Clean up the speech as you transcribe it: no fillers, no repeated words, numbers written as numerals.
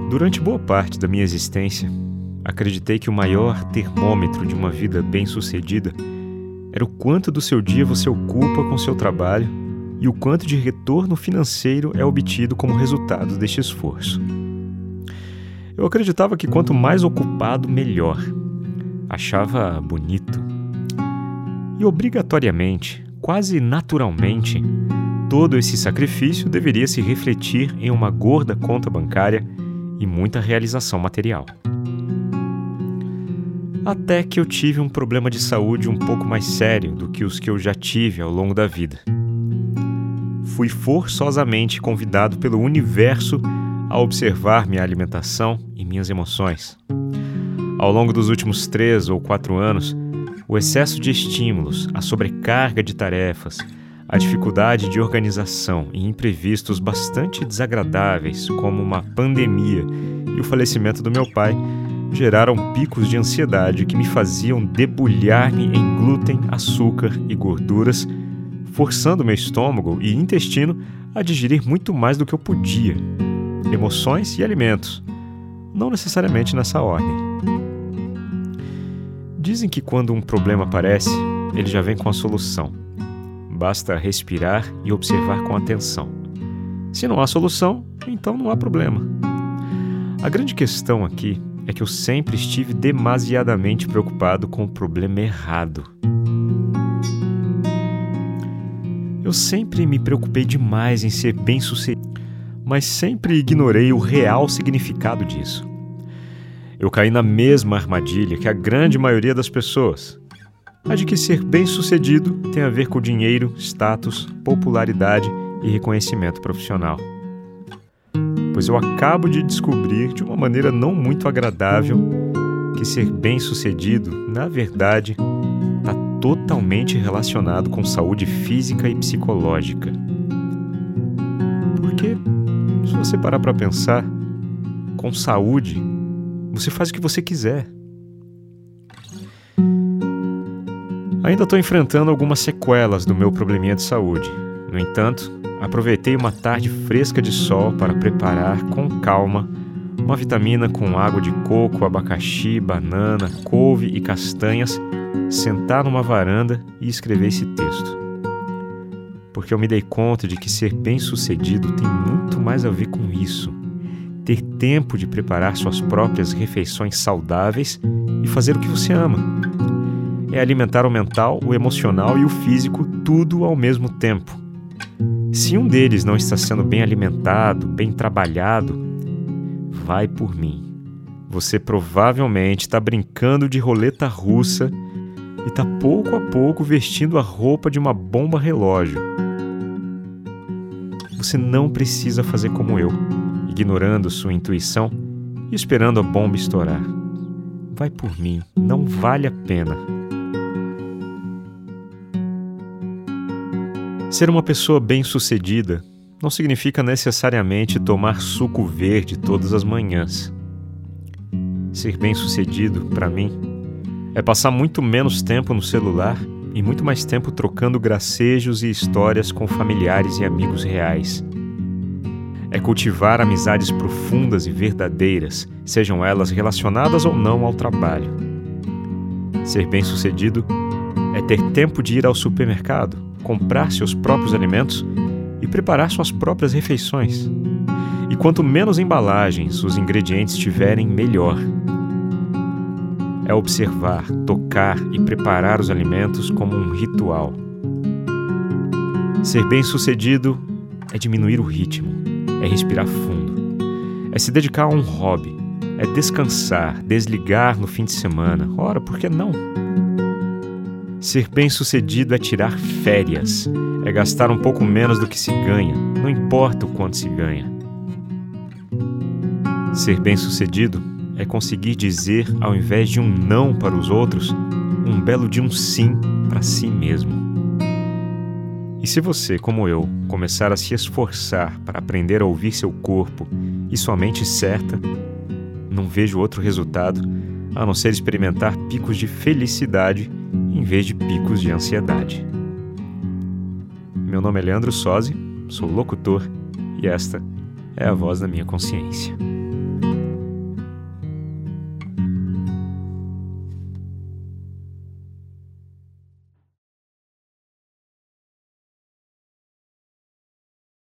Durante boa parte da minha existência, acreditei que o maior termômetro de uma vida bem-sucedida era o quanto do seu dia você ocupa com seu trabalho e o quanto de retorno financeiro é obtido como resultado deste esforço. Eu acreditava que quanto mais ocupado, melhor. Achava bonito. E obrigatoriamente, quase naturalmente, todo esse sacrifício deveria se refletir em uma gorda conta bancária e muita realização material. Até que eu tive um problema de saúde um pouco mais sério do que os que eu já tive ao longo da vida. Fui forçosamente convidado pelo universo a observar minha alimentação e minhas emoções. Ao longo dos últimos 3 ou 4 anos, o excesso de estímulos, a sobrecarga de tarefas, a dificuldade de organização e imprevistos bastante desagradáveis, como uma pandemia e o falecimento do meu pai, geraram picos de ansiedade que me faziam debulhar-me em glúten, açúcar e gorduras, forçando meu estômago e intestino a digerir muito mais do que eu podia, emoções e alimentos, não necessariamente nessa ordem. Dizem que quando um problema aparece, ele já vem com a solução. Basta respirar e observar com atenção. Se não há solução, então não há problema. A grande questão aqui é que eu sempre estive demasiadamente preocupado com o problema errado. Eu sempre me preocupei demais em ser bem-sucedido, mas sempre ignorei o real significado disso. Eu caí na mesma armadilha que a grande maioria das pessoas. A de que ser bem-sucedido tem a ver com dinheiro, status, popularidade e reconhecimento profissional. Pois eu acabo de descobrir de uma maneira não muito agradável que ser bem-sucedido, na verdade, está totalmente relacionado com saúde física e psicológica. Porque, se você parar para pensar, com saúde, você faz o que você quiser. Ainda estou enfrentando algumas sequelas do meu probleminha de saúde. No entanto, aproveitei uma tarde fresca de sol para preparar com calma uma vitamina com água de coco, abacaxi, banana, couve e castanhas, sentar numa varanda e escrever esse texto. Porque eu me dei conta de que ser bem-sucedido tem muito mais a ver com isso. Ter tempo de preparar suas próprias refeições saudáveis e fazer o que você ama. É alimentar o mental, o emocional e o físico, tudo ao mesmo tempo. Se um deles não está sendo bem alimentado, bem trabalhado, vai por mim. Você provavelmente está brincando de roleta russa e está pouco a pouco vestindo a roupa de uma bomba relógio. Você não precisa fazer como eu, ignorando sua intuição e esperando a bomba estourar. Vai por mim, não vale a pena. Ser uma pessoa bem-sucedida não significa necessariamente tomar suco verde todas as manhãs. Ser bem-sucedido, para mim, é passar muito menos tempo no celular e muito mais tempo trocando gracejos e histórias com familiares e amigos reais. É cultivar amizades profundas e verdadeiras, sejam elas relacionadas ou não ao trabalho. Ser bem-sucedido é ter tempo de ir ao supermercado, comprar seus próprios alimentos e preparar suas próprias refeições. E quanto menos embalagens os ingredientes tiverem, melhor. É observar, tocar e preparar os alimentos como um ritual. Ser bem-sucedido é diminuir o ritmo, é respirar fundo, é se dedicar a um hobby, é descansar, desligar no fim de semana. Ora, por que não? Ser bem-sucedido é tirar férias, é gastar um pouco menos do que se ganha, não importa o quanto se ganha. Ser bem-sucedido é conseguir dizer, ao invés de um não para os outros, um belo de um sim para si mesmo. E se você, como eu, começar a se esforçar para aprender a ouvir seu corpo e sua mente certa, não vejo outro resultado a não ser experimentar picos de felicidade em vez de picos de ansiedade. Meu nome é Leandro Sozzi, sou locutor e esta é a voz da minha consciência.